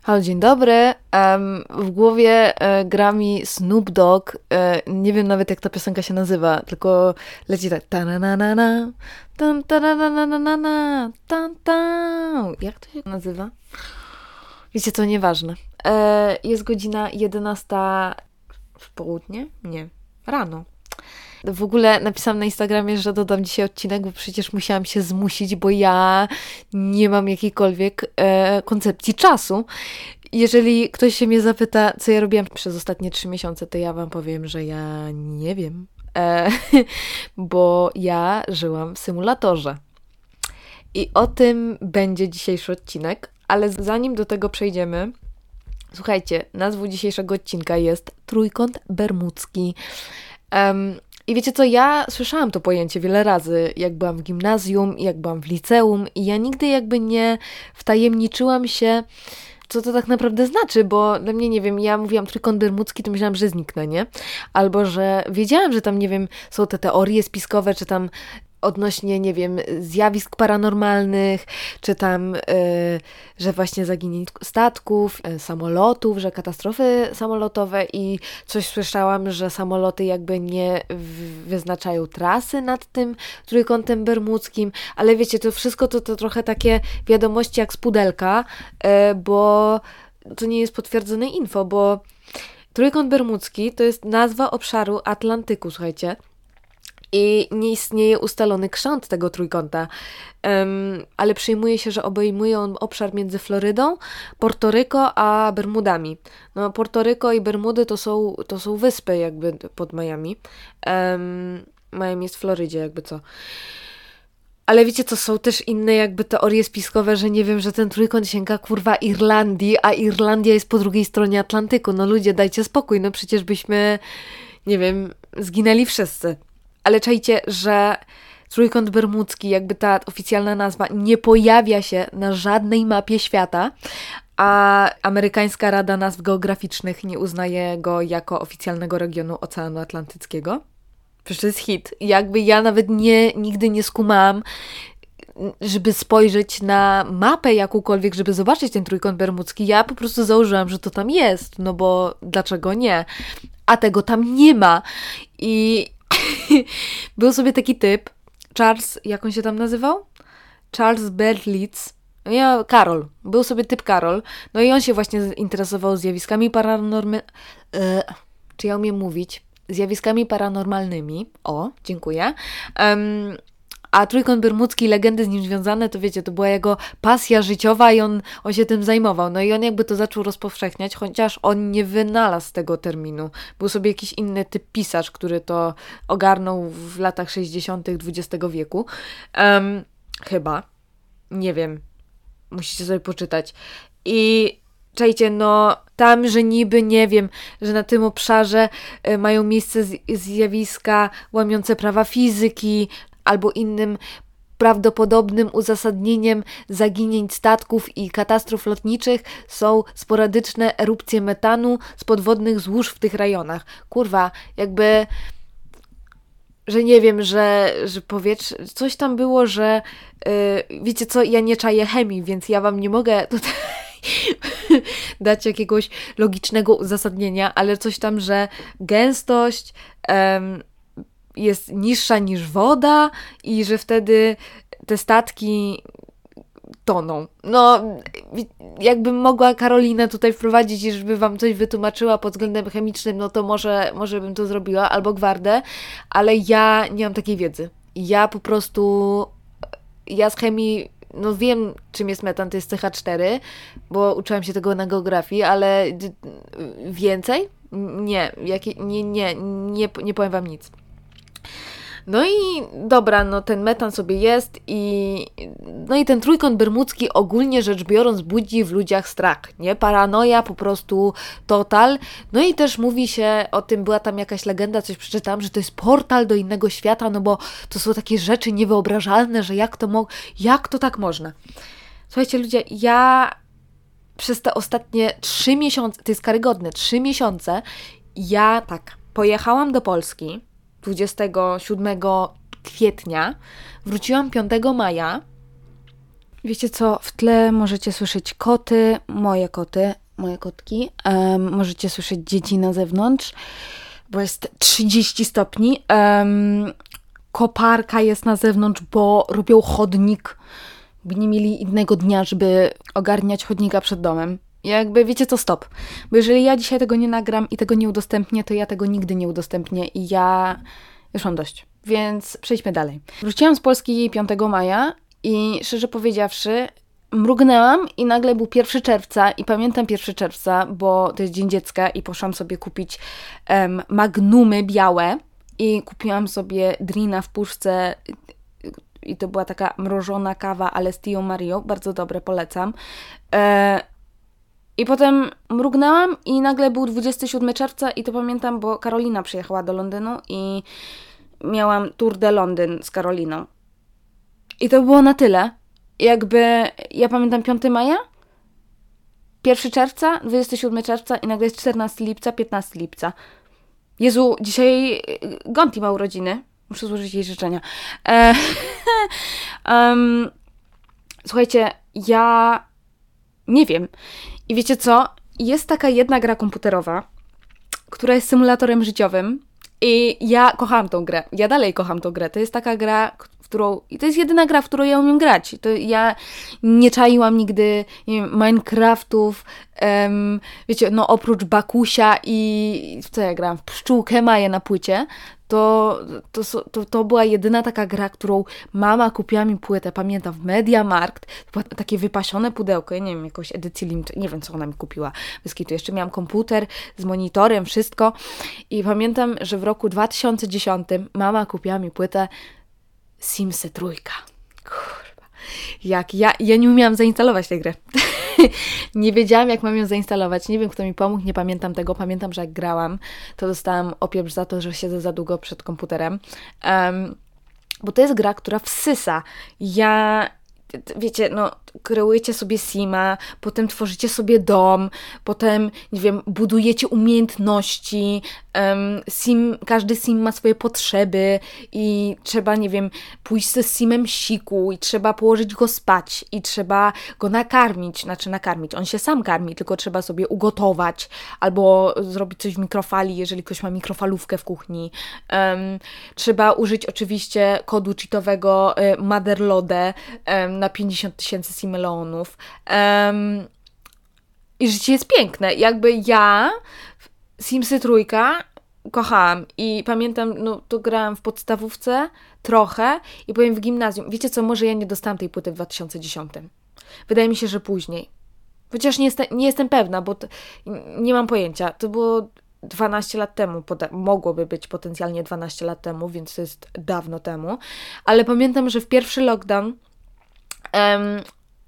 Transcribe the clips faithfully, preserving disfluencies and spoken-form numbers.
Halo, dzień dobry. Um, w głowie e, gra mi Snoop Dogg. E, nie wiem nawet, jak ta piosenka się nazywa, tylko leci tak ta na na na na tan ta na na na na na na tan tan. Jak to się nazywa? Wiecie co, nieważne. E, jest godzina jedenasta w południe? Nie. Rano. W ogóle napisałam na Instagramie, że dodam dzisiaj odcinek, bo przecież musiałam się zmusić, bo ja nie mam jakiejkolwiek e, koncepcji czasu. Jeżeli ktoś się mnie zapyta, co ja robiłam przez ostatnie trzy miesiące, to ja wam powiem, że ja nie wiem, e, bo ja żyłam w symulatorze. I o tym będzie dzisiejszy odcinek, ale zanim do tego przejdziemy, słuchajcie, nazwą dzisiejszego odcinka jest Trójkąt Bermudzki. Um, I wiecie co, ja słyszałam to pojęcie wiele razy, jak byłam w gimnazjum, jak byłam w liceum i ja nigdy jakby nie wtajemniczyłam się, co to tak naprawdę znaczy, bo dla mnie, nie wiem, ja mówiłam Trójkąt Bermudzki, to myślałam, że zniknę, nie? Albo, że wiedziałam, że tam, nie wiem, są te teorie spiskowe, czy tam odnośnie, nie wiem, zjawisk paranormalnych, czy tam, yy, że właśnie zaginięć statków, yy, samolotów, że katastrofy samolotowe i coś słyszałam, że samoloty jakby nie w- wyznaczają trasy nad tym Trójkątem Bermudzkim, ale wiecie, to wszystko to, to trochę takie wiadomości jak z pudelka, yy, bo to nie jest potwierdzone info, bo Trójkąt Bermudzki to jest nazwa obszaru Atlantyku, słuchajcie. I nie istnieje ustalony kształt tego trójkąta, um, ale przyjmuje się, że obejmuje on obszar między Florydą, Portoryko a Bermudami. No, Portoryko i Bermudy to są, to są wyspy jakby pod Miami. Um, Miami jest w Florydzie, jakby co. Ale wiecie co, są też inne jakby teorie spiskowe, że nie wiem, że ten trójkąt sięga kurwa Irlandii, a Irlandia jest po drugiej stronie Atlantyku. No ludzie, dajcie spokój, no przecież byśmy, nie wiem, zginęli wszyscy. Ale czajcie, że Trójkąt Bermudzki, jakby ta oficjalna nazwa, nie pojawia się na żadnej mapie świata, a Amerykańska Rada Nazw Geograficznych nie uznaje go jako oficjalnego regionu Oceanu Atlantyckiego. Przecież to jest hit. Jakby ja nawet nie, nigdy nie skumałam, żeby spojrzeć na mapę jakąkolwiek, żeby zobaczyć ten Trójkąt Bermudzki. Ja po prostu założyłam, że to tam jest, no bo dlaczego nie? A tego tam nie ma. I był sobie taki typ, Charles, jak on się tam nazywał? Charles Berlitz, ja, Karol, był sobie typ Karol, no i on się właśnie interesował zjawiskami paranormalnymi, e, czy ja umiem mówić? Zjawiskami paranormalnymi, o, dziękuję, um, a Trójkąt Bermudzki, legendy z nim związane, to wiecie, to była jego pasja życiowa i on, on się tym zajmował. No i on jakby to zaczął rozpowszechniać, chociaż on nie wynalazł tego terminu. Był sobie jakiś inny typ pisarz, który to ogarnął w latach sześćdziesiątych dwudziestego wieku. Um, chyba. Nie wiem. Musicie sobie poczytać. I czajcie, no tam, że niby, nie wiem, że na tym obszarze y, mają miejsce z, zjawiska łamiące prawa fizyki, albo innym prawdopodobnym uzasadnieniem zaginięć statków i katastrof lotniczych są sporadyczne erupcje metanu z podwodnych złóż w tych rejonach. Kurwa, jakby, że nie wiem, że, że powietrze, coś tam było, że yy, wiecie co, ja nie czaję chemii, więc ja wam nie mogę tutaj dać jakiegoś logicznego uzasadnienia, ale coś tam, że gęstość um, jest niższa niż woda i że wtedy te statki toną. No, jakbym mogła Karolinę tutaj wprowadzić i żeby wam coś wytłumaczyła pod względem chemicznym, no to może, może bym to zrobiła, albo Gwardę, ale ja nie mam takiej wiedzy. Ja po prostu, ja z chemii, no wiem, czym jest metan, to jest C H cztery, bo uczyłam się tego na geografii, ale więcej? Nie, jakie, nie, nie, nie, nie powiem wam nic. No i dobra, no ten metan sobie jest i no i ten Trójkąt Bermudzki ogólnie rzecz biorąc budzi w ludziach strach, nie? Paranoja po prostu total. No i też mówi się o tym, była tam jakaś legenda, coś przeczytałam, że to jest portal do innego świata, no bo to są takie rzeczy niewyobrażalne, że jak to mo- jak to tak można? Słuchajcie ludzie, ja przez te ostatnie trzy miesiące, to jest karygodne, trzy miesiące, ja tak, pojechałam do Polski dwudziestego siódmego kwietnia, wróciłam piątego maja Wiecie co, w tle możecie słyszeć koty, moje koty, moje kotki. Um, możecie słyszeć dzieci na zewnątrz, bo jest trzydzieści stopni. Um, koparka jest na zewnątrz, bo robią chodnik. By nie mieli innego dnia, żeby ogarniać chodnika przed domem. Jakby, wiecie co, stop. Bo jeżeli ja dzisiaj tego nie nagram i tego nie udostępnię, to ja tego nigdy nie udostępnię i ja już mam dość. Więc przejdźmy dalej. Wróciłam z Polski piątego maja i szczerze powiedziawszy, mrugnęłam i nagle był pierwszego czerwca i pamiętam pierwszego czerwca, bo to jest Dzień Dziecka i poszłam sobie kupić um, magnumy białe i kupiłam sobie drina w puszce i to była taka mrożona kawa, ale z Tio Mario, bardzo dobre, polecam. E, I potem mrugnęłam i nagle był dwudziestego siódmego czerwca i to pamiętam, bo Karolina przyjechała do Londynu i miałam Tour de Londyn z Karoliną. I to było na tyle. Jakby, ja pamiętam piątego maja, pierwszego czerwca, dwudziestego siódmego czerwca i nagle jest czternastego lipca, piętnastego lipca. Jezu, dzisiaj Gonti ma urodziny. Muszę złożyć jej życzenia. E, um, słuchajcie, ja nie wiem. I wiecie co? Jest taka jedna gra komputerowa, która jest symulatorem życiowym i ja kocham tą grę. Ja dalej kocham tą grę. To jest taka gra, w którą... I to jest jedyna gra, w którą ja umiem grać. To ja nie czaiłam nigdy, nie wiem, Minecraftów, um, wiecie, no oprócz Bakusia i... W co ja grałam? W Pszczółkę Maję na płycie. To, to, to, to była jedyna taka gra, którą mama kupiła mi płytę, pamiętam, w Mediamarkt. To było takie wypasione pudełko, ja nie wiem, jakąś edycję limited, nie wiem, co ona mi kupiła. Bez kitu. Jeszcze miałam komputer z monitorem, wszystko. I pamiętam, że w roku dwa tysiące dziesiątym mama kupiła mi płytę Simsy trójka. Kurwa. Jak ja, ja nie umiałam zainstalować tej gry. Nie wiedziałam, jak mam ją zainstalować. Nie wiem, kto mi pomógł, nie pamiętam tego. Pamiętam, że jak grałam, to dostałam opieprz za to, że siedzę za długo przed komputerem. Um, bo to jest gra, która wsysa. Ja... Wiecie, no, kreujecie sobie sima, potem tworzycie sobie dom, potem, nie wiem, budujecie umiejętności, um, sim, każdy sim ma swoje potrzeby i trzeba, nie wiem, pójść ze simem siku i trzeba położyć go spać i trzeba go nakarmić, znaczy nakarmić, on się sam karmi, tylko trzeba sobie ugotować albo zrobić coś w mikrofali, jeżeli ktoś ma mikrofalówkę w kuchni. Um, trzeba użyć oczywiście kodu cheatowego y, Motherlode um, na pięćdziesiąt tysięcy simeleonów. Um, I życie jest piękne. Jakby ja Simsy trójka kochałam i pamiętam, no to grałam w podstawówce trochę i powiem w gimnazjum. Wiecie co, może ja nie dostałam tej płyty w dwa tysiące dziesiątym. Wydaje mi się, że później. Chociaż nie, jestem, nie jestem pewna, bo to, nie mam pojęcia. To było dwanaście lat temu, mogłoby być potencjalnie dwanaście lat temu, więc to jest dawno temu. Ale pamiętam, że w pierwszy lockdown Um,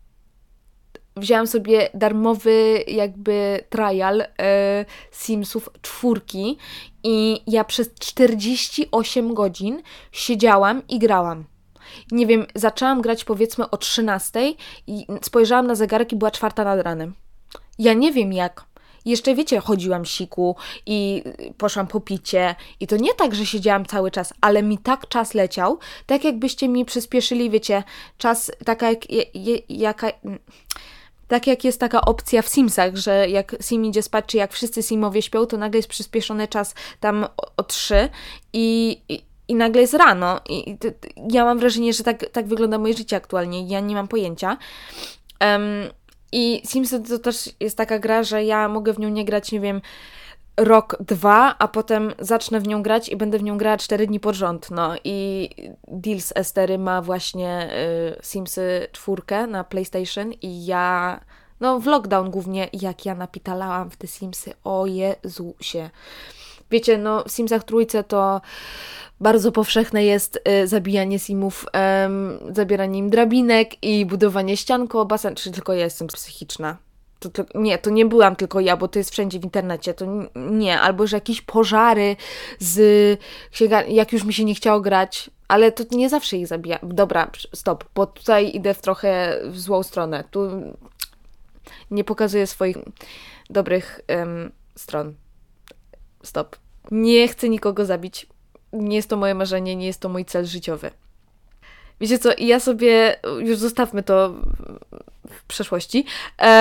wzięłam sobie darmowy jakby trial e, Simsów czwórki i ja przez czterdzieści osiem godzin siedziałam i grałam. Nie wiem, zaczęłam grać powiedzmy o trzynastej i spojrzałam na zegarek i była czwarta nad ranem. Ja nie wiem jak. Jeszcze wiecie, chodziłam siku i poszłam po picie i to nie tak, że siedziałam cały czas, ale mi tak czas leciał, tak jakbyście mi przyspieszyli, wiecie, czas, taka jak, jaka, tak jak jest taka opcja w Simsach, że jak Sim idzie spać, czy jak wszyscy Simowie śpią, to nagle jest przyspieszony czas tam o, o trzy i, i, i nagle jest rano i, i to, ja mam wrażenie, że tak, tak wygląda moje życie aktualnie, ja nie mam pojęcia. Um, I Simsy to też jest taka gra, że ja mogę w nią nie grać, nie wiem, rok, dwa, a potem zacznę w nią grać i będę w nią grała cztery dni pod rząd. No i Deal z Estery ma właśnie y, Simsy czwórkę na PlayStation i ja, no w lockdown głównie, jak ja napitalałam w te Simsy, o Jezusie. Wiecie, no w Simsach trójce to bardzo powszechne jest y, zabijanie simów, y, zabieranie im drabinek i budowanie ścian koło basenu. Czy tylko ja jestem psychiczna? To, to, nie, to nie byłam tylko ja, bo to jest wszędzie w internecie. To nie, albo że jakieś pożary z jak już mi się nie chciało grać, ale to nie zawsze ich zabija. Dobra, stop, bo tutaj idę w trochę w złą stronę. Tu nie pokazuję swoich dobrych um, stron. Stop. Nie chcę nikogo zabić. Nie jest to moje marzenie, nie jest to mój cel życiowy. wiecie co, ja sobie, już zostawmy to w przeszłości, e,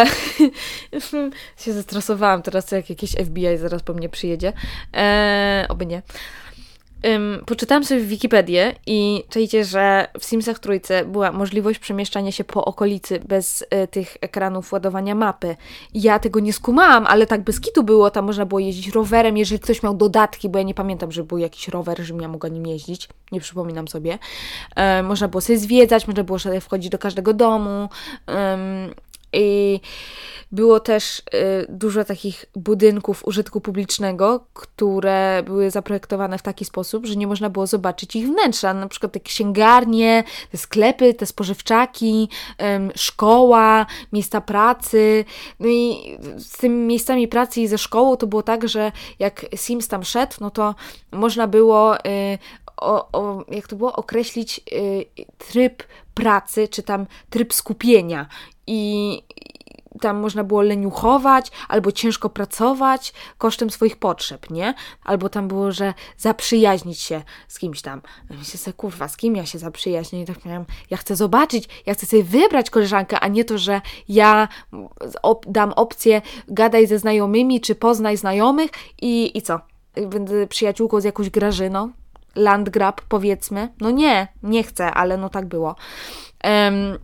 się zestresowałam teraz, jak jakieś F B I zaraz po mnie przyjedzie, e, oby nie. Um, poczytałam sobie w Wikipedię i czajcie, że w Simsach trójce była możliwość przemieszczania się po okolicy bez y, tych ekranów ładowania mapy. Ja tego nie skumałam, ale tak bez kitu było, tam można było jeździć rowerem, jeżeli ktoś miał dodatki, bo ja nie pamiętam, że był jakiś rower, żebym ja mogła nim jeździć, nie przypominam sobie. Um, można było sobie zwiedzać, można było sobie wchodzić do każdego domu. Um, I było też y, dużo takich budynków użytku publicznego, które były zaprojektowane w taki sposób, że nie można było zobaczyć ich wnętrza. Na przykład te księgarnie, te sklepy, te spożywczaki, ym, szkoła, miejsca pracy. No i z tymi miejscami pracy i ze szkołą to było tak, że jak Sims tam szedł, no to można było y, o, o, jak to było, określić y, tryb pracy, czy tam tryb skupienia. I tam można było leniuchować, albo ciężko pracować kosztem swoich potrzeb, nie? Albo tam było, że zaprzyjaźnić się z kimś tam. No i myślę sobie, kurwa, z kim ja się zaprzyjaźnię? I tak miałam, ja chcę zobaczyć, ja chcę sobie wybrać koleżankę, a nie to, że ja op- dam opcję gadaj ze znajomymi, czy poznaj znajomych i, i co? Będę przyjaciółką z jakąś Grażyną? Landgrab, powiedzmy. No nie, nie chcę, ale no tak było. Um,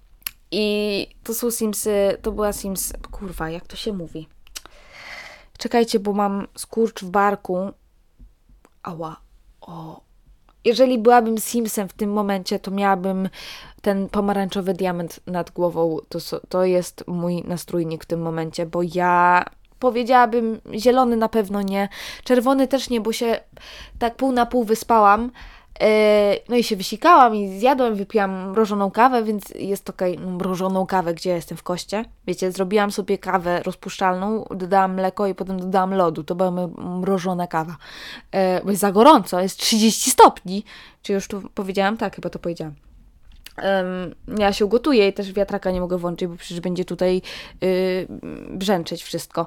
I to są Simsy, to była Sims, kurwa, jak to się mówi? Czekajcie, bo mam skurcz w barku. Ała, o. Jeżeli byłabym Simsem w tym momencie, to miałabym ten pomarańczowy diament nad głową. To, to jest mój nastrójnik w tym momencie, bo ja powiedziałabym zielony na pewno nie, czerwony też nie, bo się tak pół na pół wyspałam. No i się wysikałam i zjadłam, wypiłam mrożoną kawę, więc jest okej, okay. Mrożoną kawę, gdzie jestem w koście. Wiecie, zrobiłam sobie kawę rozpuszczalną, dodałam mleko i potem dodałam lodu. To była mrożona kawa. Bo jest za gorąco, jest trzydzieści stopni. Czy już tu powiedziałam? Tak, chyba to powiedziałam. Um, ja się ugotuję i też wiatraka nie mogę włączyć, bo przecież będzie tutaj yy, brzęczeć wszystko.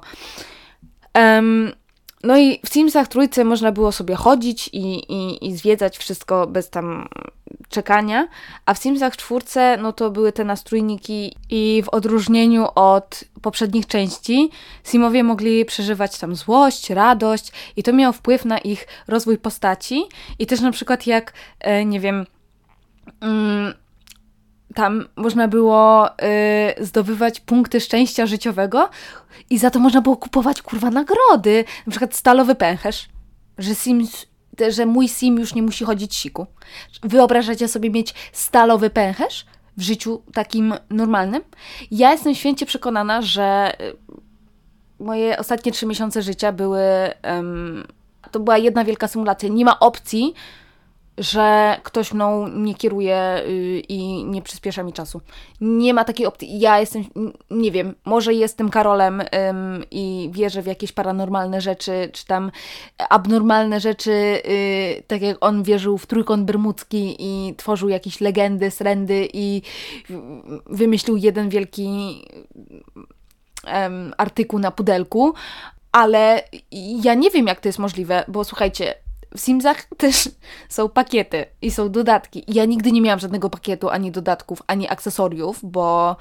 Um, No i w Simsach trójce można było sobie chodzić i, i, i zwiedzać wszystko bez tam czekania, a w Simsach czwórce no to były te nastrójniki i w odróżnieniu od poprzednich części Simowie mogli przeżywać tam złość, radość i to miało wpływ na ich rozwój postaci i też na przykład jak, e, nie wiem... Mm, tam można było y, zdobywać punkty szczęścia życiowego i za to można było kupować, kurwa, nagrody. Na przykład stalowy pęcherz, że, Sims, że mój Sim już nie musi chodzić siku. Wyobrażacie sobie mieć stalowy pęcherz w życiu takim normalnym? Ja jestem święcie przekonana, że moje ostatnie trzy miesiące życia były... Um, to była jedna wielka symulacja. Nie ma opcji, że ktoś mną nie kieruje yy, i nie przyspiesza mi czasu. Nie ma takiej opcji. Ja jestem, nie wiem, może jestem Karolem ym, i wierzę w jakieś paranormalne rzeczy, czy tam abnormalne rzeczy, yy, tak jak on wierzył w trójkąt bermudzki i tworzył jakieś legendy, srendy i wymyślił jeden wielki ym, artykuł na pudelku, ale ja nie wiem, jak to jest możliwe, bo słuchajcie, w Simsach też są pakiety i są dodatki. Ja nigdy nie miałam żadnego pakietu, ani dodatków, ani akcesoriów, bo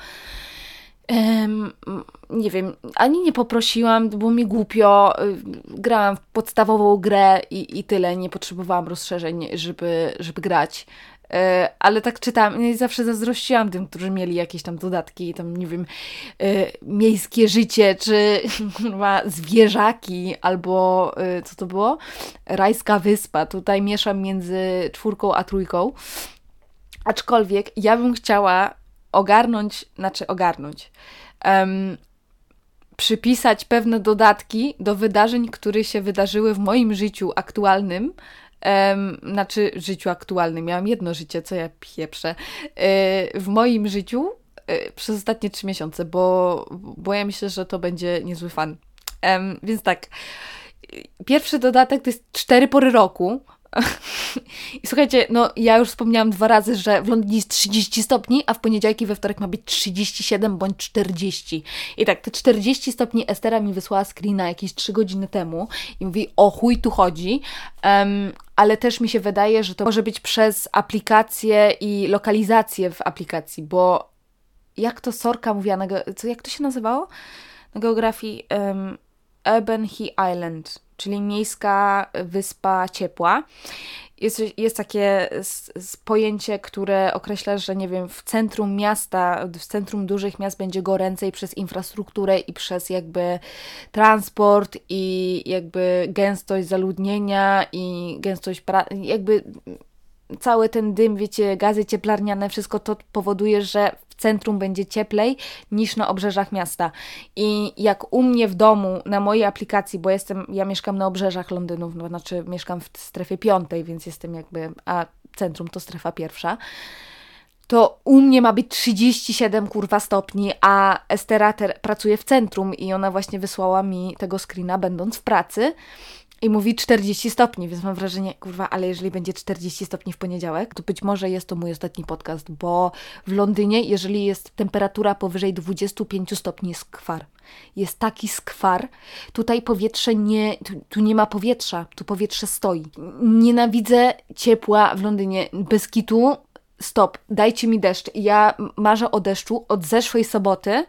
um, nie wiem, ani nie poprosiłam, było mi głupio. Grałam w podstawową grę i, i tyle. Nie potrzebowałam rozszerzeń, żeby, żeby grać. Ale tak czytałam i zawsze zazdrościłam tym, którzy mieli jakieś tam dodatki, tam nie wiem, y, miejskie życie, czy kurwa, zwierzaki, albo y, co to było? Rajska wyspa. Tutaj mieszam między czwórką a trójką. Aczkolwiek ja bym chciała ogarnąć, znaczy ogarnąć, um, przypisać pewne dodatki do wydarzeń, które się wydarzyły w moim życiu aktualnym. Um, znaczy życiu aktualnym. Miałam jedno życie, co ja pieprzę. Yy, w moim życiu yy, przez ostatnie trzy miesiące, bo, bo ja myślę, że to będzie niezły fan. Um, więc tak, pierwszy dodatek to jest cztery pory roku. I słuchajcie, no ja już wspomniałam dwa razy, że w Londynie jest trzydzieści stopni, a w poniedziałek i we wtorek ma być trzydzieści siedem bądź czterdzieści. I tak, te czterdzieści stopni Estera mi wysłała screena jakieś trzy godziny temu i mówi, o chuj tu chodzi, um, ale też mi się wydaje, że to może być przez aplikację i lokalizację w aplikacji, bo jak to Sorka mówiła, na ge- co, jak to się nazywało? Na geografii um, Urban High Island, czyli miejska wyspa ciepła. Jest, jest takie s, s, pojęcie, które określa, że nie wiem, w centrum miasta, w centrum dużych miast będzie goręcej przez infrastrukturę i przez jakby transport i jakby gęstość zaludnienia i gęstość pra- jakby cały ten dym, wiecie, gazy cieplarniane, wszystko to powoduje, że w centrum będzie cieplej niż na obrzeżach miasta. I jak u mnie w domu, na mojej aplikacji, bo jestem, ja mieszkam na obrzeżach Londynu, no, znaczy mieszkam w strefie piątej, więc jestem jakby, a centrum to strefa pierwsza, to u mnie ma być trzydzieści siedem kurwa stopni, a Estera ter- pracuje w centrum i ona właśnie wysłała mi tego screena, będąc w pracy. I mówi czterdzieści stopni, więc mam wrażenie, kurwa, ale jeżeli będzie czterdzieści stopni w poniedziałek, to być może jest to mój ostatni podcast, bo w Londynie, jeżeli jest temperatura powyżej dwadzieścia pięć stopni, jest skwar. Jest taki skwar. Tutaj powietrze nie, tu, tu nie ma powietrza, tu powietrze stoi. Nienawidzę ciepła w Londynie. Bez kitu, stop, dajcie mi deszcz. Ja marzę o deszczu od zeszłej soboty,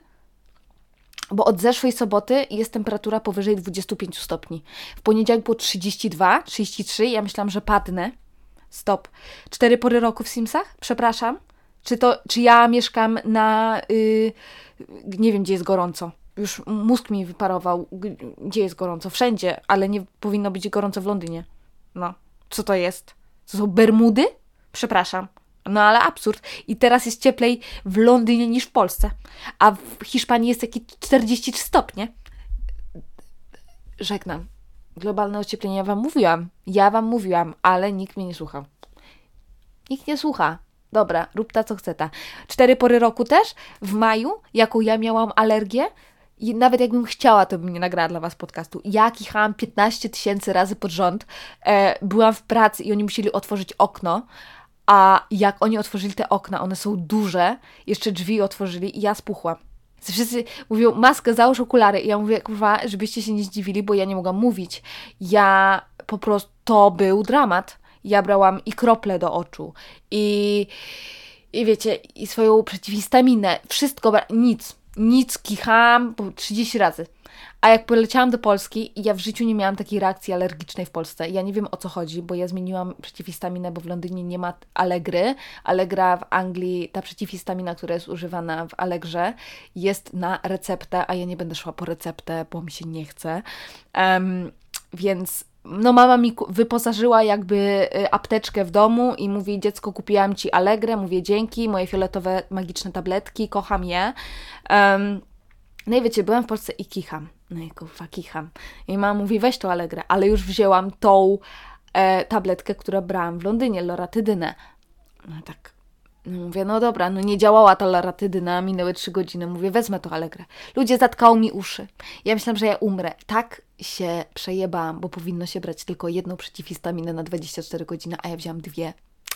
bo od zeszłej soboty jest temperatura powyżej dwadzieścia pięć stopni. W poniedziałek było trzydzieści dwa, trzydzieści trzy, ja myślałam, że padnę. Stop. Cztery pory roku w Simsach? Przepraszam. Czy to, czy ja mieszkam na, yy, nie wiem, gdzie jest gorąco. Już mózg mi wyparował, gdzie jest gorąco. Wszędzie, ale nie powinno być gorąco w Londynie. No, co to jest? To są Bermudy? Przepraszam. No ale absurd. I teraz jest cieplej w Londynie niż w Polsce. A w Hiszpanii jest jakieś czterdzieści trzy stopnie. Żegnam. Globalne ocieplenie, ja wam mówiłam. Ja wam mówiłam, ale nikt mnie nie słuchał. Nikt nie słucha. Dobra, rób ta co chce ta. Cztery pory roku też. W maju, jaką ja miałam alergię, i nawet jakbym chciała, to bym nie nagrała dla was podcastu. Ja kichałam piętnaście tysięcy razy pod rząd. E, byłam w pracy i oni musieli otworzyć okno. A jak oni otworzyli te okna, one są duże, jeszcze drzwi otworzyli i ja spuchłam. Wszyscy mówią, maskę, załóż okulary. I ja mówię, kurwa, żebyście się nie zdziwili, bo ja nie mogłam mówić. Ja po prostu, to był dramat. Ja brałam i krople do oczu, i, i wiecie, i swoją przeciwhistaminę. Wszystko, bra- nic, nic, kichałam trzydzieści razy. A jak poleciałam do Polski, ja w życiu nie miałam takiej reakcji alergicznej w Polsce. Ja nie wiem, o co chodzi, bo ja zmieniłam przeciwhistaminę, bo w Londynie nie ma Allegry. Allegra w Anglii, ta przeciwhistamina, która jest używana w Allegrze, jest na receptę, a ja nie będę szła po receptę, bo mi się nie chce. Um, więc no mama mi wyposażyła jakby apteczkę w domu i mówi, dziecko, kupiłam Ci Allegrę. Mówię, dzięki, moje fioletowe magiczne tabletki, kocham je. Um, No i wiecie, byłam w Polsce i kicham. No i kurwa, kicham. I mama mówi, weź tą Allegrę, ale już wzięłam tą e, tabletkę, którą brałam w Londynie, loratydynę. No tak, no mówię, no dobra, no nie działała ta loratydyna, minęły trzy godziny, mówię, wezmę tą Allegrę. Ludzie, zatkało mi uszy. Ja myślałam, że ja umrę. Tak się przejebałam, bo powinno się brać tylko jedną przeciwhistaminę na dwadzieścia cztery godziny, a ja wzięłam dwie.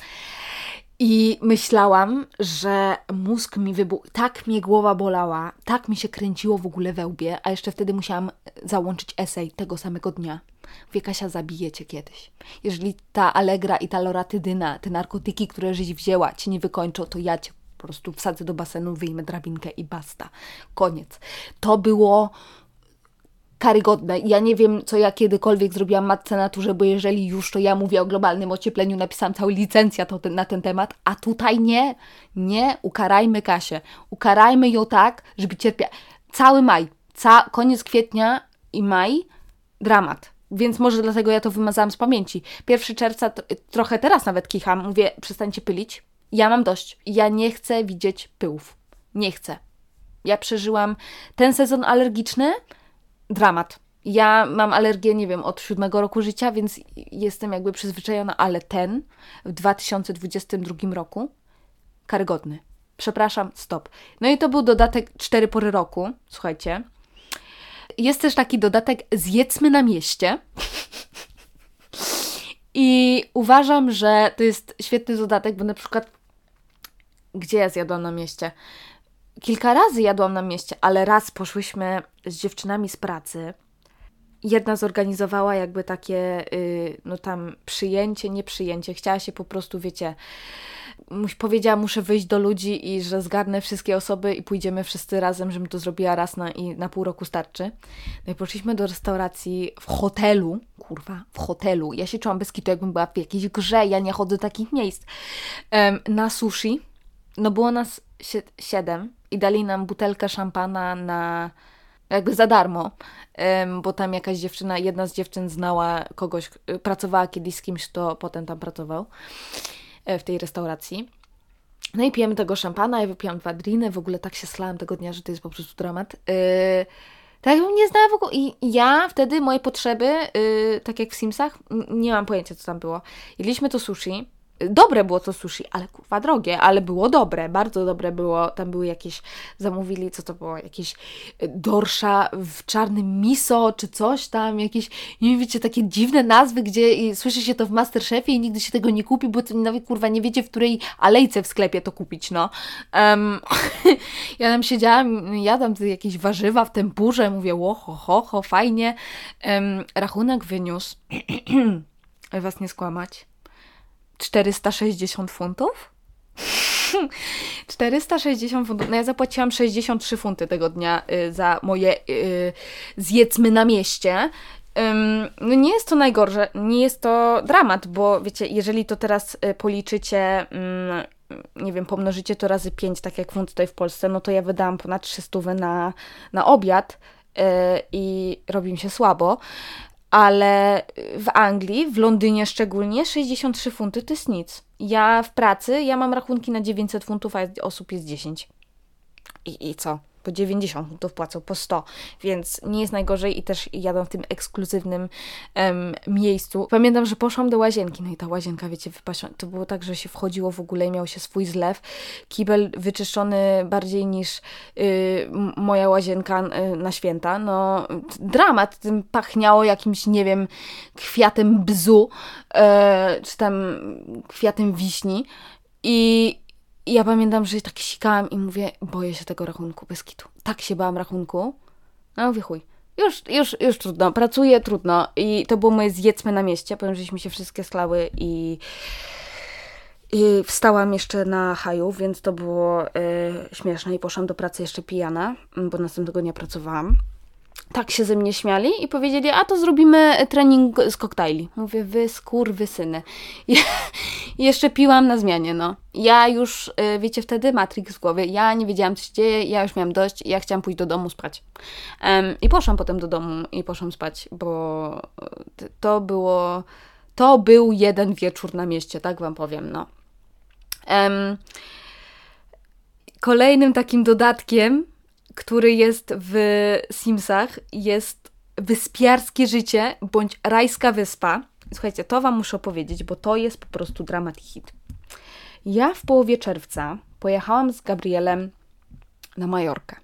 I myślałam, że mózg mi wybuchł, tak mnie głowa bolała, tak mi się kręciło w ogóle we łbie, a jeszcze wtedy musiałam załączyć esej tego samego dnia. Mówię, Kasia, zabiję Cię kiedyś. Jeżeli ta Allegra i ta loratydyna, te narkotyki, które żeś wzięła, Cię nie wykończą, to ja Cię po prostu wsadzę do basenu, wyjmę drabinkę i basta. Koniec. To było karygodne. Ja nie wiem, co ja kiedykolwiek zrobiłam matce naturze, bo jeżeli już, to ja mówię o globalnym ociepleniu, napisałam cały licencjat o ten, na ten temat, a tutaj nie, nie, ukarajmy Kasię. Ukarajmy ją tak, żeby cierpiała. Cały maj, ca- koniec kwietnia i maj, dramat. Więc może dlatego ja to wymazałam z pamięci. pierwszego czerwca, t- trochę teraz nawet kicham, mówię, przestańcie pylić. Ja mam dość. Ja nie chcę widzieć pyłów. Nie chcę. Ja przeżyłam ten sezon alergiczny, dramat. Ja mam alergię, nie wiem, od siódmego roku życia, więc jestem jakby przyzwyczajona, ale ten w dwa tysiące dwudziestym drugim roku karygodny. Przepraszam, stop. No i to był dodatek cztery pory roku, słuchajcie. Jest też taki dodatek zjedzmy na mieście. I uważam, że to jest świetny dodatek, bo na przykład gdzie ja zjadłam na mieście? Kilka razy jadłam na mieście, ale raz poszłyśmy z dziewczynami z pracy. Jedna zorganizowała jakby takie, yy, no tam przyjęcie, nie przyjęcie. Chciała się po prostu, wiecie, muś, powiedziała, muszę wyjść do ludzi i że zgarnę wszystkie osoby i pójdziemy wszyscy razem, żebym to zrobiła raz na, i na pół roku starczy. No i poszliśmy do restauracji w hotelu, kurwa, w hotelu. Ja się czułam bez kitu, jakbym była w jakiejś grze, ja nie chodzę do takich miejsc. Um, na sushi, no było nas si- siedem i dali nam butelkę szampana na jakby za darmo, um, bo tam jakaś dziewczyna, jedna z dziewczyn znała kogoś, pracowała kiedyś z kimś, kto potem tam pracował w tej restauracji. No i pijemy tego szampana, ja wypiłam dwa driny, w ogóle tak się slałam tego dnia, że to jest po prostu dramat. Yy, tak jakbym nie znała w ogóle. I ja wtedy, moje potrzeby, yy, tak jak w Simsach, nie mam pojęcia, co tam było. Jedliśmy to sushi. Dobre było to sushi, ale kurwa drogie, ale było dobre, bardzo dobre było. Tam były jakieś, zamówili, co to było, jakieś dorsza w czarnym miso, czy coś tam, jakieś, nie wiem, wiecie, takie dziwne nazwy, gdzie i słyszy się to w Masterchefie i nigdy się tego nie kupi, bo to nawet, kurwa, nie wiecie, w której alejce w sklepie to kupić, no. Um, ja tam siedziałam, jadam jakieś warzywa w tempurze, mówię, ło, ho, ho, ho, fajnie. Um, rachunek wyniósł, was nie skłamać, czterysta sześćdziesiąt funtów? czterysta sześćdziesiąt funtów. No ja zapłaciłam sześćdziesiąt trzy funty tego dnia y, za moje y, zjedzmy na mieście. Ym, no nie jest to najgorsze, nie jest to dramat, bo wiecie, jeżeli to teraz y, policzycie, y, nie wiem, pomnożycie to razy pięć, tak jak funt tutaj w Polsce, no to ja wydałam ponad trzysta na, na obiad y, i robi mi się słabo. Ale w Anglii, w Londynie szczególnie, sześćdziesiąt trzy funty to jest nic. Ja w pracy, ja mam rachunki na dziewięćset funtów, a osób jest dziesięć. I, i co? Po dziewięćdziesiąt funtów płacą, po sto. Więc nie jest najgorzej i też jadą w tym ekskluzywnym um, miejscu. Pamiętam, że poszłam do łazienki, no i ta łazienka, wiecie, wypasiła. To było tak, że się wchodziło w ogóle i miał się swój zlew. Kibel wyczyszczony bardziej niż y, moja łazienka y, na święta. No, dramat. Tym pachniało jakimś, nie wiem, kwiatem bzu, y, czy tam kwiatem wiśni. I I ja pamiętam, że tak sikałam i mówię, boję się tego rachunku, bez kitu. Tak się bałam rachunku. No mówię, chuj. Już, już, już trudno. Pracuję, trudno. I to było moje zjedzmy na mieście. Powiem, żeśmy się wszystkie slały i, i wstałam jeszcze na haju, więc to było y, śmieszne. I poszłam do pracy jeszcze pijana, bo następnego dnia pracowałam. Tak się ze mnie śmiali i powiedzieli, a to zrobimy trening z koktajli. Mówię, wy skurwysyny. I jeszcze piłam na zmianie, no. Ja już, wiecie, wtedy Matrix w głowie. Ja nie wiedziałam, co się dzieje, ja już miałam dość i ja chciałam pójść do domu spać. Um, I poszłam potem do domu i poszłam spać, bo to było, to był jeden wieczór na mieście, tak wam powiem, no. Um, kolejnym takim dodatkiem, który jest w Simsach, jest wyspiarskie życie bądź rajska wyspa. Słuchajcie, to wam muszę opowiedzieć, bo to jest po prostu dramat i hit. Ja w połowie czerwca pojechałam z Gabrielem na Majorkę.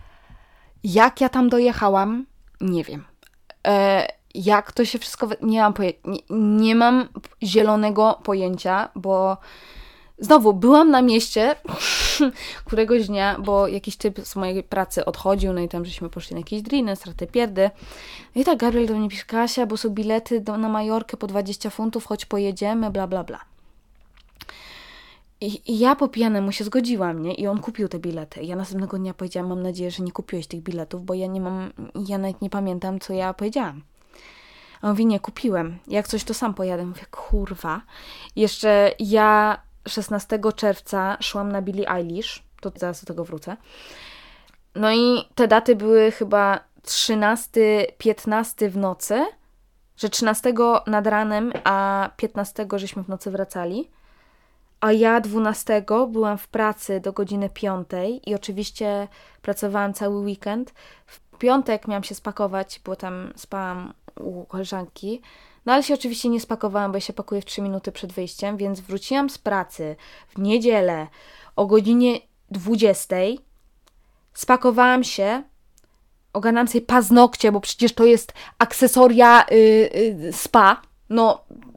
Jak ja tam dojechałam? Nie wiem. E, jak to się wszystko... Nie mam, poje... nie, nie mam zielonego pojęcia, bo znowu byłam na mieście któregoś dnia, bo jakiś typ z mojej pracy odchodził, no i tam żeśmy poszli na jakieś driny, straty pierdy. No i tak Gabriel do mnie pisze, Kasia, bo są bilety do, na Majorkę po dwadzieścia funtów, choć pojedziemy, bla, bla, bla. I, I ja po pijanemu się zgodziłam, nie? I on kupił te bilety. Ja następnego dnia powiedziałam, mam nadzieję, że nie kupiłeś tych biletów, bo ja nie mam, ja nawet nie pamiętam, co ja powiedziałam. A on mówi, nie, kupiłem. Jak coś, to sam pojadę. Mówię, kurwa. Jeszcze ja szesnastego czerwca szłam na Billie Eilish. To zaraz do tego wrócę. No i te daty były chyba trzynastego, piętnastego w nocy, że trzynastego nad ranem, a piętnastego żeśmy w nocy wracali. A ja dwunastego byłam w pracy do godziny piątej i oczywiście pracowałam cały weekend. W piątek miałam się spakować, bo tam spałam u koleżanki. No ale się oczywiście nie spakowałam, bo ja się pakuję w trzy minuty przed wyjściem, więc wróciłam z pracy w niedzielę o godzinie dwudziestej. Spakowałam się, ogarnęłam sobie paznokcie, bo przecież to jest akcesoria yy, yy, spa. No,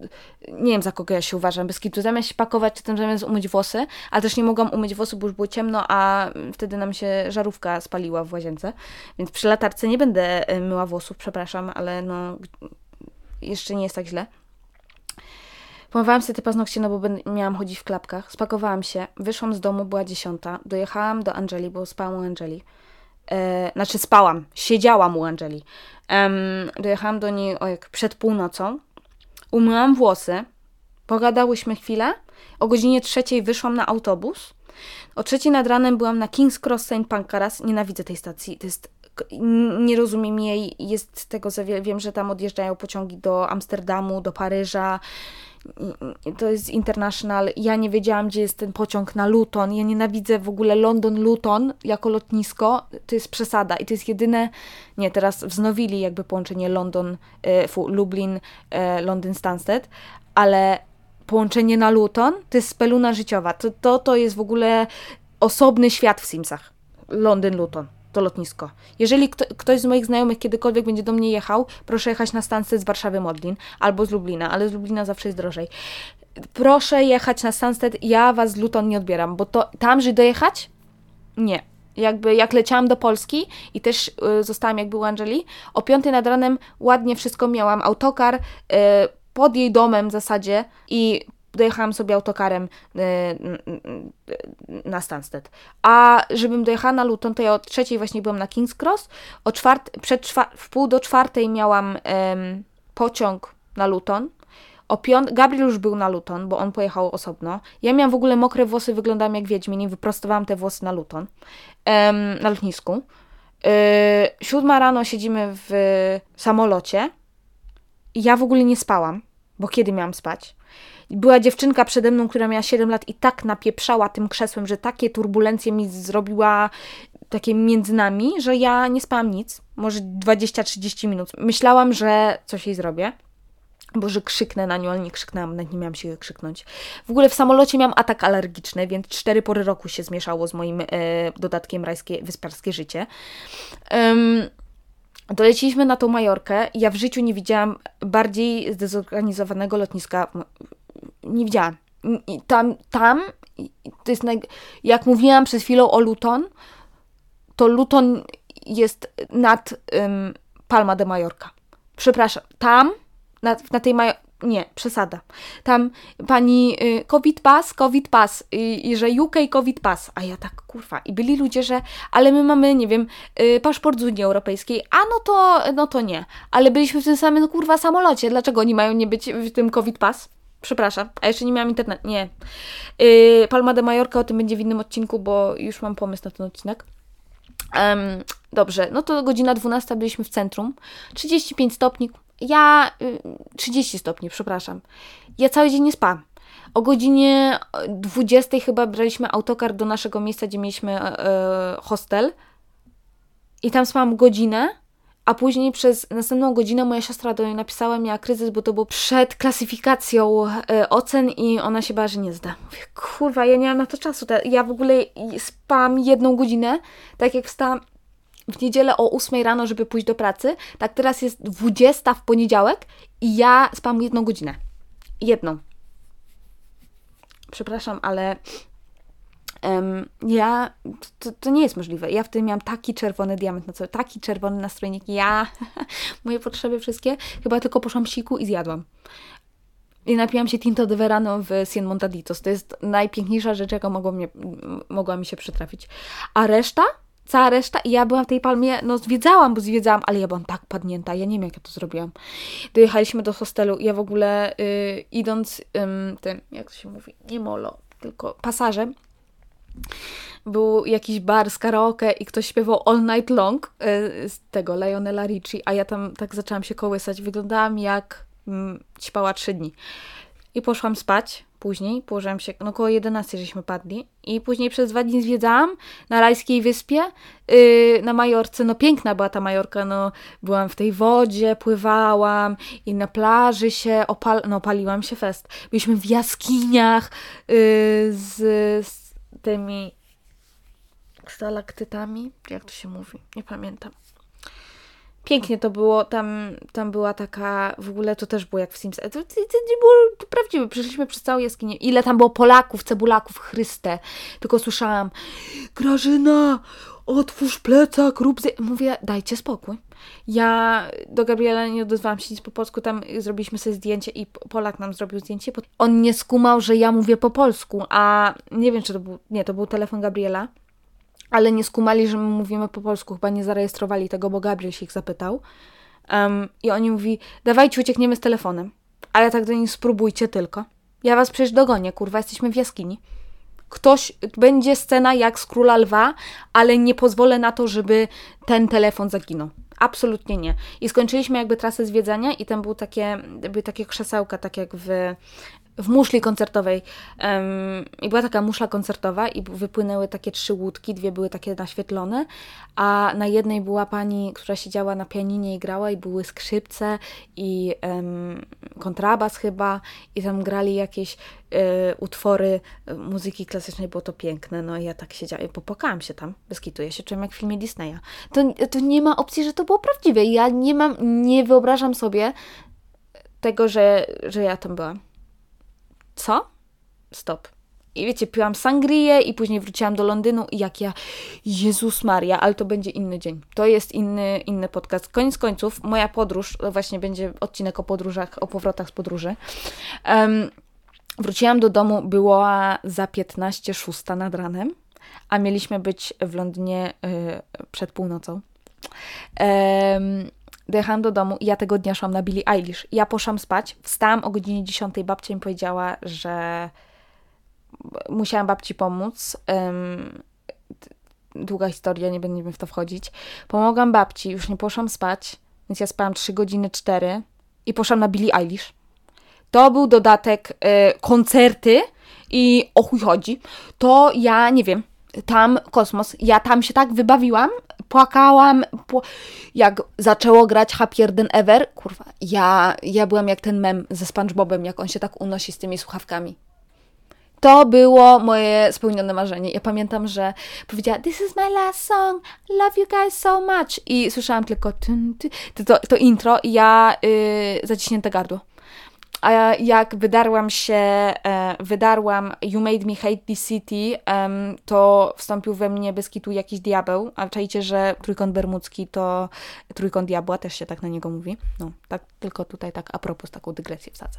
nie wiem, za kogo ja się uważam, bez kitu, zamiast się pakować, czy tam zamiast umyć włosy, ale też nie mogłam umyć włosy, bo już było ciemno, a wtedy nam się żarówka spaliła w łazience, więc przy latarce nie będę myła włosów, przepraszam, ale no jeszcze nie jest tak źle. Pomywałam sobie te paznokcie, no bo będę, miałam chodzić w klapkach, spakowałam się, wyszłam z domu, była dziesiąta, dojechałam do Angeli, bo spałam u Angeli. E, znaczy spałam, siedziałam u Angeli. Um, dojechałam do niej o jak przed północą, umyłam włosy, pogadałyśmy chwilę, o godzinie trzeciej wyszłam na autobus, o trzeciej nad ranem byłam na King's Cross Saint Pancras, nienawidzę tej stacji, to jest, nie rozumiem jej, jest tego za wiele, wiem, że tam odjeżdżają pociągi do Amsterdamu, do Paryża, to jest International, ja nie wiedziałam, gdzie jest ten pociąg na Luton, ja nienawidzę w ogóle London Luton jako lotnisko, to jest przesada i to jest jedyne, nie, teraz wznowili jakby połączenie London, e, fu, Lublin, e, Londyn Stansted, ale połączenie na Luton to jest speluna życiowa, to, to, to jest w ogóle osobny świat w Simsach, Londyn Luton. To lotnisko. Jeżeli kto, ktoś z moich znajomych kiedykolwiek będzie do mnie jechał, proszę jechać na Stansted z Warszawy Modlin albo z Lublina, ale z Lublina zawsze jest drożej. Proszę jechać na Stansted, ja was z Luton nie odbieram, bo to tam, żeby dojechać? Nie. Jakby jak leciałam do Polski i też y, zostałam jakby u Angeli, o piątej nad ranem ładnie wszystko miałam, autokar y, pod jej domem w zasadzie i dojechałam sobie autokarem na Stansted. A żebym dojechała na Luton, to ja o trzeciej właśnie byłam na King's Cross, o czwart, przed czwar- w pół do czwartej miałam um, pociąg na Luton. O piąt- Gabriel już był na Luton, bo on pojechał osobno. Ja miałam w ogóle mokre włosy, wyglądałam jak wiedźmin i wyprostowałam te włosy na Luton, um, na lotnisku. Yy, siódma rano siedzimy w samolocie i ja w ogóle nie spałam, bo kiedy miałam spać? Była dziewczynka przede mną, która miała siedem lat i tak napieprzała tym krzesłem, że takie turbulencje mi zrobiła takie między nami, że ja nie spałam nic. Może dwadzieścia trzydzieści minut. Myślałam, że coś jej zrobię. Bo że krzyknę na nią, ale nie krzyknęłam, nawet nie miałam siły krzyknąć. W ogóle w samolocie miałam atak alergiczny, więc cztery pory roku się zmieszało z moim e, dodatkiem rajskie, wysparskie życie. Um, Doleciliśmy na tą Majorkę i ja w życiu nie widziałam bardziej zdezorganizowanego lotniska. Nie widziałam. I tam, tam, to jest, naj... jak mówiłam przed chwilą o Luton, to Luton jest nad um, Palma de Mallorca. Przepraszam, tam, na, na tej Majorce, nie, przesada. Tam pani y, COVID pass, COVID pass i, i że U K COVID pass, a ja tak kurwa. I byli ludzie, że ale my mamy, nie wiem, y, paszport z Unii Europejskiej, a no to, no to nie. Ale byliśmy w tym samym kurwa samolocie, dlaczego oni mają nie być w tym COVID pass? Przepraszam, a jeszcze nie miałam internetu. Nie. Yy, Palma de Mallorca, o tym będzie w innym odcinku, bo już mam pomysł na ten odcinek. Um, dobrze, no to godzina dwunasta byliśmy w centrum. trzydzieści pięć stopni. Ja... Yy, trzydzieści stopni, przepraszam. Ja cały dzień nie spałam. O godzinie dwudziestej chyba braliśmy autokar do naszego miejsca, gdzie mieliśmy yy, hostel. I tam spałam godzinę. A później przez następną godzinę moja siostra do niej napisała, miała kryzys, bo to było przed klasyfikacją e, ocen i ona się bała, że nie zda. Mówię, kurwa, ja nie mam na to czasu. Ja w ogóle spałam jedną godzinę, tak jak wstałam w niedzielę o ósmej rano, żeby pójść do pracy, tak teraz jest dwudziesta w poniedziałek i ja spałam jedną godzinę. Jedną. Przepraszam, ale... Um, ja, to, to nie jest możliwe. Ja wtedy miałam taki czerwony diament na cały, taki czerwony nastrojnik. Ja, moje potrzeby wszystkie, chyba tylko poszłam siku i zjadłam. I napiłam się Tinto de Verano w Cien Montaditos. To jest najpiękniejsza rzecz, jaka mogła, mnie, mogła mi się przytrafić. A reszta, cała reszta, i ja byłam w tej Palmie, no zwiedzałam, bo zwiedzałam, ale ja byłam tak padnięta, ja nie wiem, jak ja to zrobiłam. Dojechaliśmy do hostelu i ja w ogóle yy, idąc yy, tym, jak to się mówi, nie molo, tylko pasażem, był jakiś bar z karaoke i ktoś śpiewał All Night Long yy, z tego Lionela Richie, a ja tam tak zaczęłam się kołysać. Wyglądałam jak mm, ćpała trzy dni. I poszłam spać później, położyłam się, no koło jedenastej żeśmy padli i później przez dwa dni zwiedzałam na Rajskiej Wyspie, yy, na Majorce, no piękna była ta Majorka, no byłam w tej wodzie, pływałam i na plaży się, opal- no opaliłam się fest. Byliśmy w jaskiniach yy, z, z tymi stalaktytami, jak to się mówi, nie pamiętam. Pięknie to było, tam, tam była taka, w ogóle to też było jak w Simsach, to, to, to nie było to prawdziwe, przeszliśmy przez całą jaskinię, ile tam było Polaków, cebulaków, Chryste, tylko słyszałam, Grażyna, otwórz plecak, rób zje... Mówię, dajcie spokój. Ja do Gabriela nie odezwałam się nic po polsku, tam zrobiliśmy sobie zdjęcie i Polak nam zrobił zdjęcie. On nie skumał, że ja mówię po polsku, a nie wiem, czy to był, nie, to był telefon Gabriela, ale nie skumali, że my mówimy po polsku, chyba nie zarejestrowali tego, bo Gabriel się ich zapytał. Um, I oni mówi, dawajcie uciekniemy z telefonem, ale tak do nich spróbujcie tylko. Ja was przecież dogonię, kurwa, jesteśmy w jaskini. Ktoś, będzie scena jak z Króla Lwa, ale nie pozwolę na to, żeby ten telefon zaginął. Absolutnie nie. I skończyliśmy jakby trasę zwiedzania i tam był takie, były takie krzesełka, tak jak w, w muszli koncertowej. Um, I była taka muszla koncertowa i wypłynęły takie trzy łódki, dwie były takie naświetlone, a na jednej była pani, która siedziała na pianinie i grała i były skrzypce i um, kontrabas chyba i tam grali jakieś y, utwory muzyki klasycznej, było to piękne. No i ja tak siedziałam, popłakałam się tam, bez kitu, ja się czułem jak w filmie Disneya. To, to nie ma opcji, że to było prawdziwe. Ja nie mam, nie wyobrażam sobie tego, że, że ja tam byłam. Co? Stop. I wiecie, piłam sangrię i później wróciłam do Londynu i jak ja, Jezus Maria, ale to będzie inny dzień. To jest inny, inny podcast. Koniec końców, moja podróż, właśnie będzie odcinek o podróżach, o powrotach z podróży. Um, wróciłam do domu, była za piętnaście szósta nad ranem, a mieliśmy być w Londynie y, przed północą. Um, Dojechałam do domu i ja tego dnia szłam na Billie Eilish. Ja poszłam spać, wstałam o godzinie dziesiątej, babcia mi powiedziała, że musiałam babci pomóc. Um, długa historia, nie będziemy w to wchodzić. Pomogłam babci, już nie poszłam spać, więc ja spałam trzy godziny cztery i poszłam na Billie Eilish. To był dodatek y, koncerty i o chuj chodzi. To ja nie wiem, tam kosmos. Ja tam się tak wybawiłam, płakałam, pł- jak zaczęło grać Happier Than Ever. Kurwa, ja, ja byłam jak ten mem ze SpongeBobem, jak on się tak unosi z tymi słuchawkami. To było moje spełnione marzenie. Ja pamiętam, że powiedziała this is my last song, love you guys so much. I słyszałam tylko tyn, ty, to, to intro i ja yy, zaciśnięte gardło. A jak wydarłam się, e, wydarłam You Made Me Hate This City, um, to wstąpił we mnie bez kitu jakiś diabeł. A czajcie, że trójkąt bermudzki to trójkąt diabła, też się tak na niego mówi. No, tak, tylko tutaj tak a propos taką dygresję wsadzę.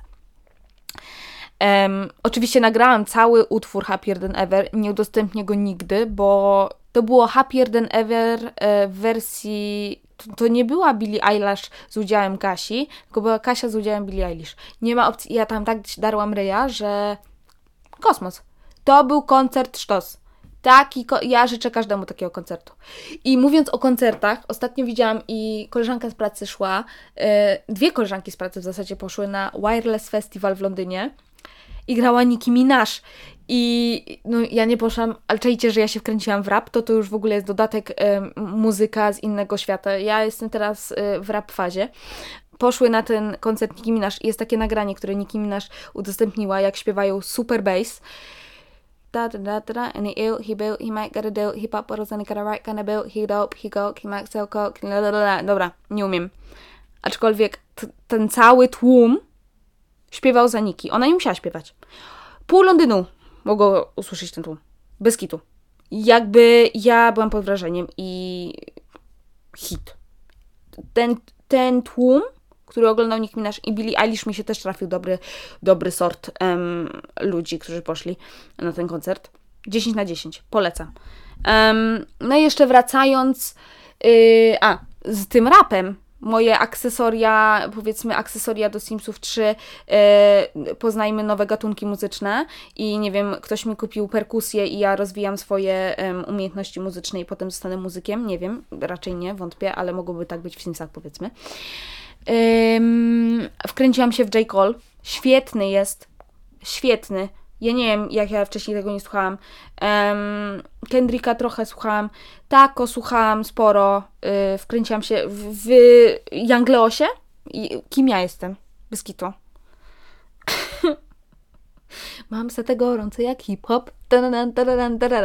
Um, oczywiście nagrałam cały utwór Happier Than Ever, nie udostępnię go nigdy, bo to było Happier Than Ever e, w wersji... To, to nie była Billie Eilish z udziałem Kasi, tylko była Kasia z udziałem Billie Eilish. Nie ma opcji, ja tam tak darłam ryja, że kosmos. To był koncert sztos. Taki, ko- ja życzę każdemu takiego koncertu. I mówiąc o koncertach, ostatnio widziałam i koleżanka z pracy szła, yy, dwie koleżanki z pracy w zasadzie poszły na Wireless Festival w Londynie i grała Nicki Minaj. I no, ja nie poszłam, ale czajcie, że ja się wkręciłam w rap, to to już w ogóle jest dodatek y, muzyka z innego świata. Ja jestem teraz y, w rap fazie. Poszły na ten koncert Nicki Minaj i jest takie nagranie, które Nicki Minaj udostępniła, jak śpiewają super bass. Da da da da and he ill, he built, he might get a deal, he pop bottles and he got a right kind of built, he dope, he go, he might sell coke, la la la. Dobra, nie umiem. Aczkolwiek t- ten cały tłum śpiewał za Nicki. Ona nie musiała śpiewać. Pół Londynu mogło usłyszeć ten tłum. Bez kitu. Jakby ja byłam pod wrażeniem i hit. Ten, ten tłum, który oglądał Nicki Minaj i Billie Eilish, mi się też trafił dobry, dobry sort um, ludzi, którzy poszli na ten koncert. dziesięć na dziesięć. Polecam. Um, no i jeszcze wracając yy, a, z tym rapem, moje akcesoria, powiedzmy akcesoria do Simsów trzy, yy, poznajmy nowe gatunki muzyczne i nie wiem, ktoś mi kupił perkusję i ja rozwijam swoje um, umiejętności muzyczne i potem zostanę muzykiem, nie wiem, raczej nie, wątpię, ale mogłoby tak być w Simsach, powiedzmy. Yy, wkręciłam się w J. Cole, świetny jest, świetny. Ja nie wiem, jak ja wcześniej tego nie słuchałam. Um, Kendricka trochę słuchałam. Tako słuchałam sporo. Yy, wkręciłam się w, w Young Leosie. I kim ja jestem? Bez kitu. Mam setę gorące jak hip-hop.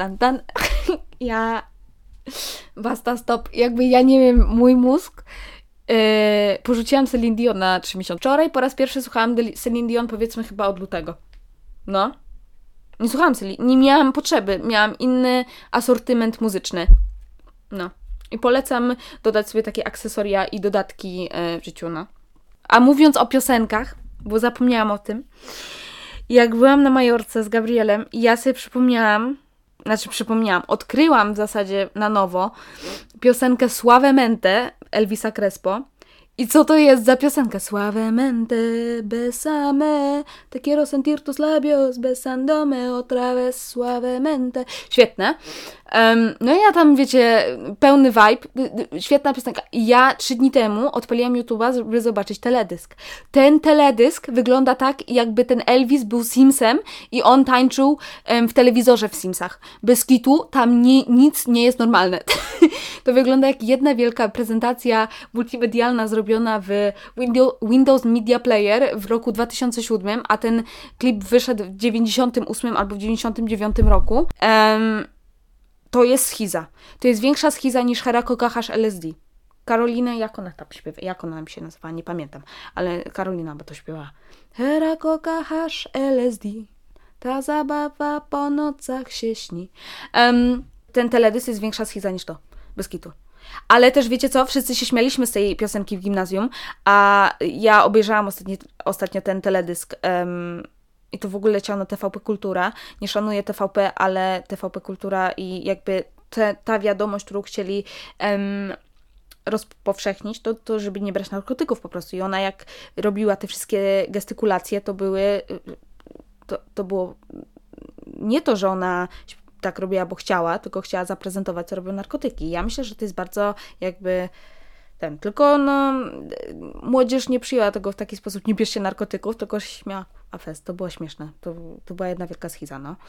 Ja... Basta, stop. Jakby ja nie wiem, mój mózg Yy, porzuciłam Celine Dion na trzy miesiące. Wczoraj po raz pierwszy słuchałam Celine Dion, powiedzmy chyba od lutego. No. Nie słuchałam Celine, nie miałam potrzeby, miałam inny asortyment muzyczny. No. I polecam dodać sobie takie akcesoria i dodatki yy, w życiu, no. A mówiąc o piosenkach, bo zapomniałam o tym, jak byłam na Majorce z Gabrielem i ja sobie przypomniałam, znaczy przypomniałam, odkryłam w zasadzie na nowo piosenkę Suavemente Elvisa Crespo. I co to jest za piosenka? Suavemente, besame, te quiero sentir tus labios, besándome otra vez, suavemente. Świetne. Um, no i ja tam, wiecie, pełny vibe, świetna piosenka. I ja trzy dni temu odpaliłam YouTube'a, żeby zobaczyć teledysk. Ten teledysk wygląda tak, jakby ten Elvis był Simsem i on tańczył um, w telewizorze w Simsach. Bez kitu, tam nie, nic nie jest normalne. To wygląda jak jedna wielka prezentacja multimedialna zrobiona w Windows Media Player w roku dwa tysiące siódmym, a ten klip wyszedł w dziewięćdziesiątym ósmym albo w dziewięćdziesiątym dziewiątym roku. Um, to jest schiza. To jest większa schiza niż Herako Kahasz L S D. Karolina, jak ona tam śpiewa? Jak ona nam się nazywa? Nie pamiętam. Ale Karolina by to śpiewała. Herako Kahasz L S D, ta zabawa po nocach się śni. Um, ten teledysk jest większa schiza niż to. Bez kitu. Ale też wiecie co? Wszyscy się śmialiśmy z tej piosenki w gimnazjum, a ja obejrzałam ostatnio, ostatnio ten teledysk um, i to w ogóle leciało na T V P Kultura. Nie szanuję T V P, ale T V P Kultura i jakby te, ta wiadomość, którą chcieli um, rozpowszechnić, to, to żeby nie brać narkotyków po prostu. I ona jak robiła te wszystkie gestykulacje, to były to, to było nie to, że ona tak robiła, bo chciała, tylko chciała zaprezentować, co robią narkotyki. Ja myślę, że to jest bardzo jakby ten, tylko no młodzież nie przyjęła tego w taki sposób, nie bierzcie narkotyków, tylko się śmiała, a fest, to było śmieszne. To, to była jedna wielka schiza, no.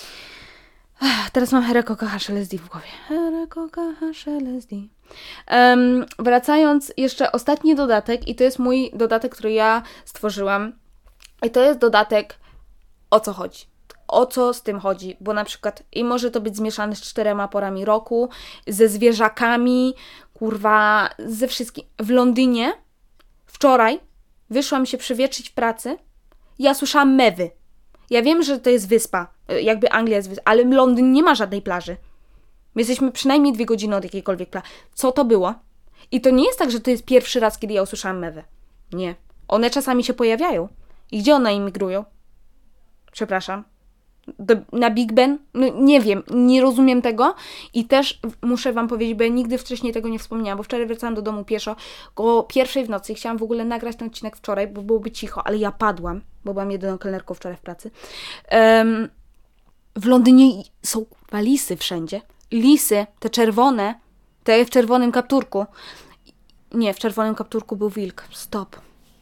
Teraz mam Herako Kahasz L S D w głowie. Herako Kahasz L S D. Um, wracając, jeszcze ostatni dodatek i to jest mój dodatek, który ja stworzyłam i to jest dodatek o co chodzi. O co z tym chodzi, bo na przykład i może to być zmieszane z czterema porami roku, ze zwierzakami, kurwa, ze wszystkim. W Londynie wczoraj wyszłam się przewietrzyć w pracy, ja słyszałam mewy. Ja wiem, że to jest wyspa, jakby Anglia jest wyspa, ale Londyn nie ma żadnej plaży. My jesteśmy przynajmniej dwie godziny od jakiejkolwiek plaży. Co to było? I to nie jest tak, że to jest pierwszy raz, kiedy ja usłyszałam mewę. Nie. One czasami się pojawiają. I gdzie one imigrują? Przepraszam. Do, na Big Ben? No nie wiem, nie rozumiem tego i też muszę wam powiedzieć, bo ja nigdy wcześniej tego nie wspomniałam, bo wczoraj wracałam do domu pieszo koło pierwszej w nocy i chciałam w ogóle nagrać ten odcinek wczoraj, bo byłoby cicho, ale ja padłam, bo byłam jedyną kelnerką wczoraj w pracy. Um, w Londynie są lisy wszędzie. Lisy, te czerwone, te w czerwonym kapturku. Nie, w czerwonym kapturku był wilk. Stop.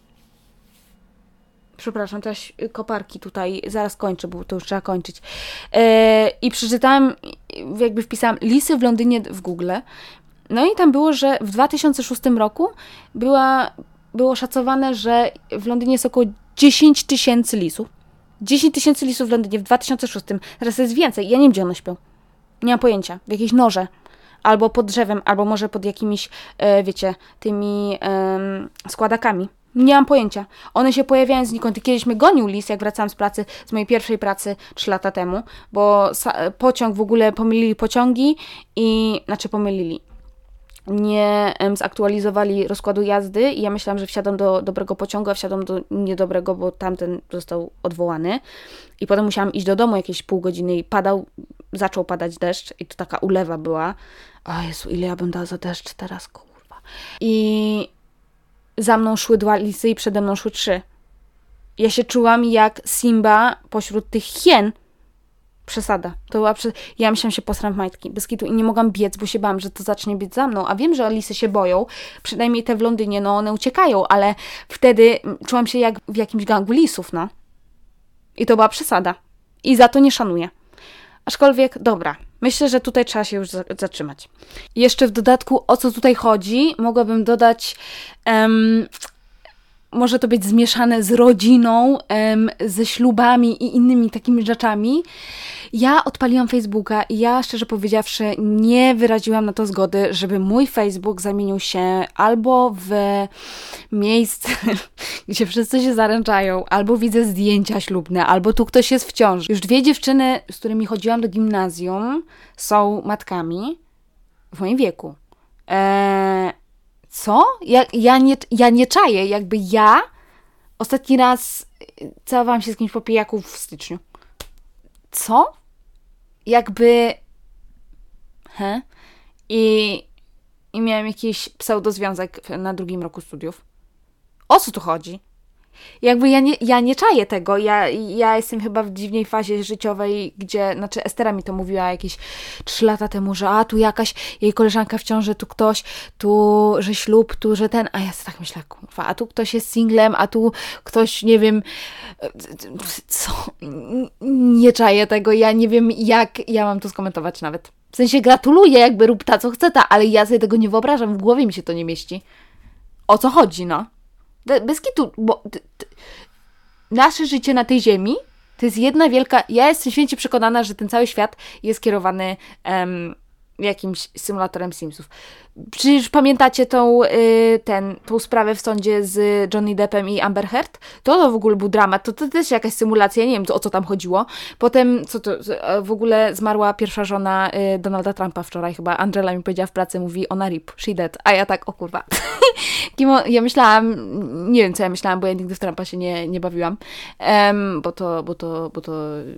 Przepraszam, teraz koparki tutaj, zaraz kończę, bo to już trzeba kończyć. Yy, I przeczytałam, jakby wpisałam lisy w Londynie w Google. No i tam było, że w dwa tysiące szóstym roku była, było szacowane, że w Londynie jest około dziesięć tysięcy lisów. dziesięć tysięcy lisów w Londynie w dwa tysiące szóstym. Teraz jest więcej. Ja nie wiem, gdzie one śpią. Nie mam pojęcia. W jakiejś norze. Albo pod drzewem, albo może pod jakimiś, e, wiecie, tymi e, składakami. Nie mam pojęcia. One się pojawiają znikąd. I kiedyś mnie gonił lis, jak wracałam z pracy, z mojej pierwszej pracy trzy lata temu, bo sa- pociąg w ogóle pomylili pociągi i, znaczy pomylili. Nie em, zaktualizowali rozkładu jazdy i ja myślałam, że wsiadam do dobrego pociągu, a wsiadam do niedobrego, bo tamten został odwołany. I potem musiałam iść do domu jakieś pół godziny i padał, zaczął padać deszcz i to taka ulewa była. O Jezu, ile ja bym dała za deszcz teraz, kurwa. I za mną szły dwa lisy i przede mną szły trzy. Ja się czułam jak Simba pośród tych hien. Przesada. To była prze... Ja myślałam, się posram w majtki. Bez kitu. I nie mogłam biec, bo się bałam, że to zacznie biec za mną. A wiem, że lisy się boją. Przynajmniej te w Londynie, no one uciekają, ale wtedy czułam się jak w jakimś gangu lisów, no. I to była przesada. I za to nie szanuję. Aczkolwiek, dobra. Myślę, że tutaj trzeba się już zatrzymać. Jeszcze w dodatku, o co tutaj chodzi, mogłabym dodać um, może to być zmieszane z rodziną, em, ze ślubami i innymi takimi rzeczami. Ja odpaliłam Facebooka i ja, szczerze powiedziawszy, nie wyraziłam na to zgody, żeby mój Facebook zamienił się albo w miejsce, gdzie wszyscy się zaręczają, albo widzę zdjęcia ślubne, albo tu ktoś jest w ciąży. Już dwie dziewczyny, z którymi chodziłam do gimnazjum, są matkami w moim wieku. Eee, co? Ja, ja, nie, ja nie czaję, jakby ja ostatni raz całowałam się z kimś po pijaku w styczniu. Co? Jakby... He? I, I miałem jakiś pseudozwiązek na drugim roku studiów. O co tu chodzi? Jakby ja nie, ja nie czaję tego. Ja, ja jestem chyba w dziwnej fazie życiowej, gdzie... Znaczy Estera mi to mówiła jakieś trzy lata temu, że a tu jakaś jej koleżanka w ciąży, tu ktoś, tu, że ślub, tu, że ten... A ja sobie tak myślę, kurwa, a tu ktoś jest singlem, a tu ktoś, nie wiem... Co? Nie czaję tego. Ja nie wiem, jak ja mam to skomentować nawet. W sensie gratuluję, jakby rób ta, co chce ta, ale ja sobie tego nie wyobrażam. W głowie mi się to nie mieści. O co chodzi, no? Bez kitu, bo t, t, nasze życie na tej ziemi to jest jedna wielka... Ja jestem święcie przekonana, że ten cały świat jest kierowany um, jakimś symulatorem Simsów. Przecież pamiętacie tą, y, ten, tą sprawę w sądzie z Johnny Deppem i Amber Heard? To, to w ogóle był dramat, to, to też jakaś symulacja, nie wiem o co tam chodziło. Potem, co to, w ogóle zmarła pierwsza żona y, Donalda Trumpa wczoraj chyba. Angela mi powiedziała w pracy, mówi ona rip, she dead, a ja tak, o kurwa. Kim on, ja myślałam, nie wiem co ja myślałam, bo ja nigdy w Trumpa się nie, nie bawiłam, um, bo to, bo to, bo to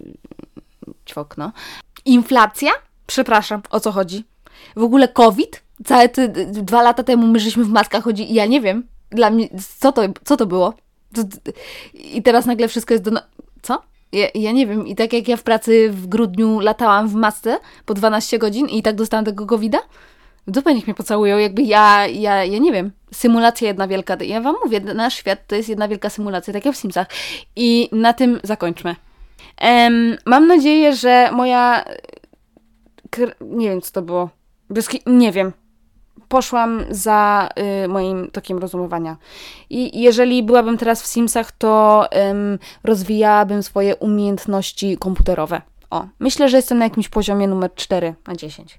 ćwok, no. Inflacja? Przepraszam, o co chodzi? W ogóle COVID? Całe te dwa lata temu my żeśmy w maskach chodzili i ja nie wiem, dla mnie, co to, co to było? I teraz nagle wszystko jest do... Co? Ja, ja nie wiem. I tak jak ja w pracy w grudniu latałam w masce po dwanaście godzin i tak dostałam tego kowida, w dupę niech mnie pocałują, jakby ja, ja, ja nie wiem. Symulacja jedna wielka. Ja wam mówię, nasz świat to jest jedna wielka symulacja, tak jak w Simsach. I na tym zakończmy. Um, mam nadzieję, że moja... Nie wiem, co to było. Nie wiem. Poszłam za y, moim tokiem rozumowania. I jeżeli byłabym teraz w Simsach, to ym, rozwijałabym swoje umiejętności komputerowe. O, myślę, że jestem na jakimś poziomie numer cztery na dziesięć.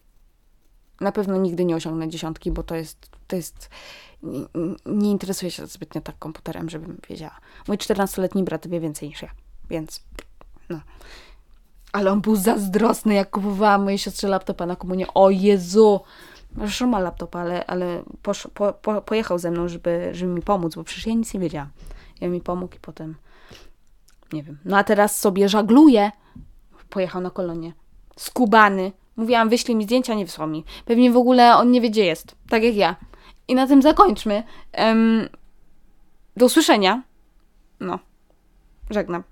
Na pewno nigdy nie osiągnę dziesiątki, bo to jest... To jest nie, nie interesuję się zbytnio tak komputerem, żebym wiedziała. Mój czternastoletni brat wie więcej niż ja. Więc, no... Ale on był zazdrosny, jak kupowałam mojej siostrze laptopa na komunię. O Jezu! Zresztą ma laptopa, ale, ale posz, po, po, pojechał ze mną, żeby, żeby mi pomóc, bo przecież ja nic nie wiedziałam. Ja mi pomógł i potem... Nie wiem. No a teraz sobie żagluje. Pojechał na kolonie. Skubany. Mówiłam, wyślij mi zdjęcia, nie wysłał mi. Pewnie w ogóle on nie wie, gdzie jest. Tak jak ja. I na tym zakończmy. Um, do usłyszenia. No. Żegnam.